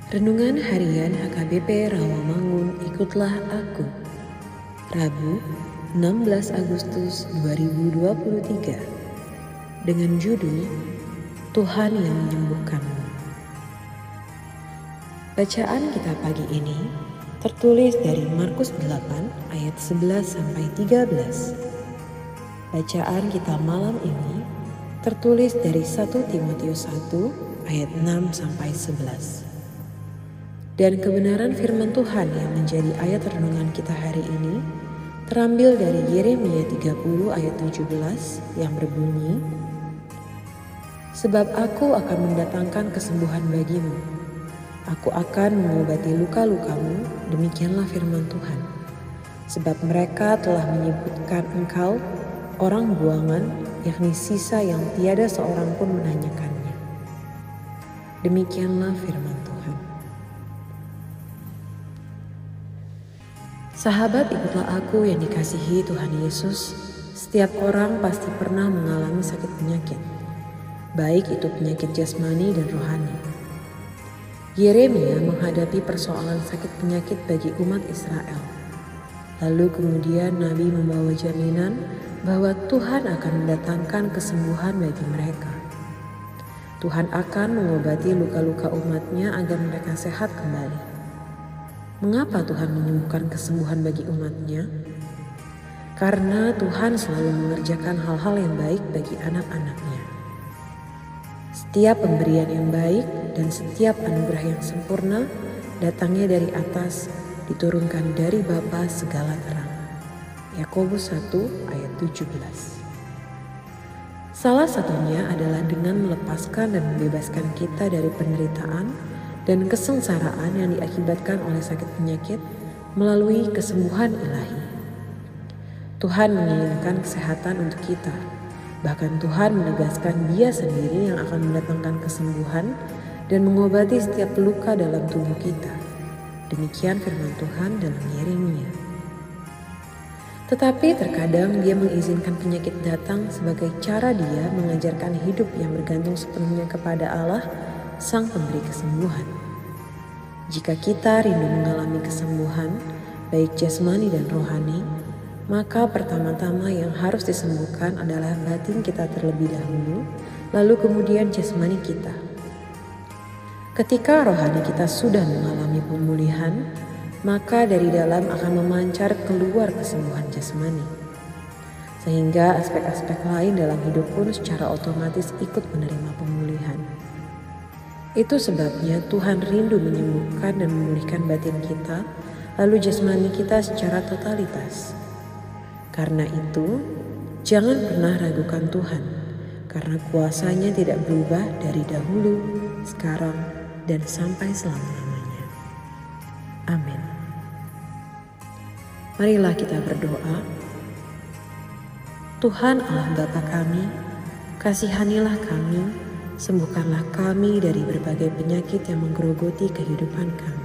Renungan Harian HKBP Rawamangun, Ikutlah Aku. Rabu, 16 Agustus 2023. Dengan judul Tuhan yang Menyembuhkanmu. Bacaan kita pagi ini tertulis dari Markus 8 ayat 11 sampai 13. Bacaan kita malam ini tertulis dari 1 Timotius 1 ayat 6 sampai 11. Dan kebenaran firman Tuhan yang menjadi ayat renungan kita hari ini terambil dari Yeremia 30 ayat 17 yang berbunyi, "Sebab aku akan mendatangkan kesembuhan bagimu. Aku akan mengobati luka-lukamu, demikianlah firman Tuhan. Sebab mereka telah menyebutkan engkau orang buangan, yakni sisa yang tiada seorang pun menanyakannya." Demikianlah firman Tuhan. Sahabat, ikutlah aku yang dikasihi Tuhan Yesus. Setiap orang pasti pernah mengalami sakit penyakit, baik itu penyakit jasmani dan rohani. Yeremia menghadapi persoalan sakit penyakit bagi umat Israel. Lalu kemudian Nabi membawa jaminan bahwa Tuhan akan mendatangkan kesembuhan bagi mereka. Tuhan akan mengobati luka-luka umatnya agar mereka sehat kembali. Mengapa Tuhan menyembuhkan kesembuhan bagi umatnya? Karena Tuhan selalu mengerjakan hal-hal yang baik bagi anak-anaknya. Setiap pemberian yang baik dan setiap anugerah yang sempurna datangnya dari atas, diturunkan dari Bapa segala terang. Yakobus 1 ayat 17. Salah satunya adalah dengan melepaskan dan membebaskan kita dari penderitaan dan kesengsaraan yang diakibatkan oleh sakit penyakit melalui kesembuhan ilahi. Tuhan menginginkan kesehatan untuk kita. Bahkan Tuhan menegaskan Dia sendiri yang akan mendatangkan kesembuhan dan mengobati setiap luka dalam tubuh kita. Demikian firman Tuhan dalam Yeremia. Tetapi terkadang Dia mengizinkan penyakit datang sebagai cara Dia mengajarkan hidup yang bergantung sepenuhnya kepada Allah, Sang Pemberi kesembuhan. Jika kita rindu mengalami kesembuhan, baik jasmani dan rohani, maka pertama-tama yang harus disembuhkan adalah batin kita terlebih dahulu, lalu kemudian jasmani kita. Ketika rohani kita sudah mengalami pemulihan, maka dari dalam akan memancar keluar kesembuhan jasmani. Sehingga aspek-aspek lain dalam hidup pun secara otomatis ikut menerima pemulihan. Itu sebabnya Tuhan rindu menyembuhkan dan memulihkan batin kita, lalu jasmani kita secara totalitas. Karena itu, jangan pernah ragukan Tuhan, karena kuasa-Nya tidak berubah dari dahulu, sekarang, dan sampai selama-lamanya. Amin. Marilah kita berdoa. Tuhan Allah Bapa kami, kasihanilah kami, sembuhkanlah kami dari berbagai penyakit yang menggerogoti kehidupan kami.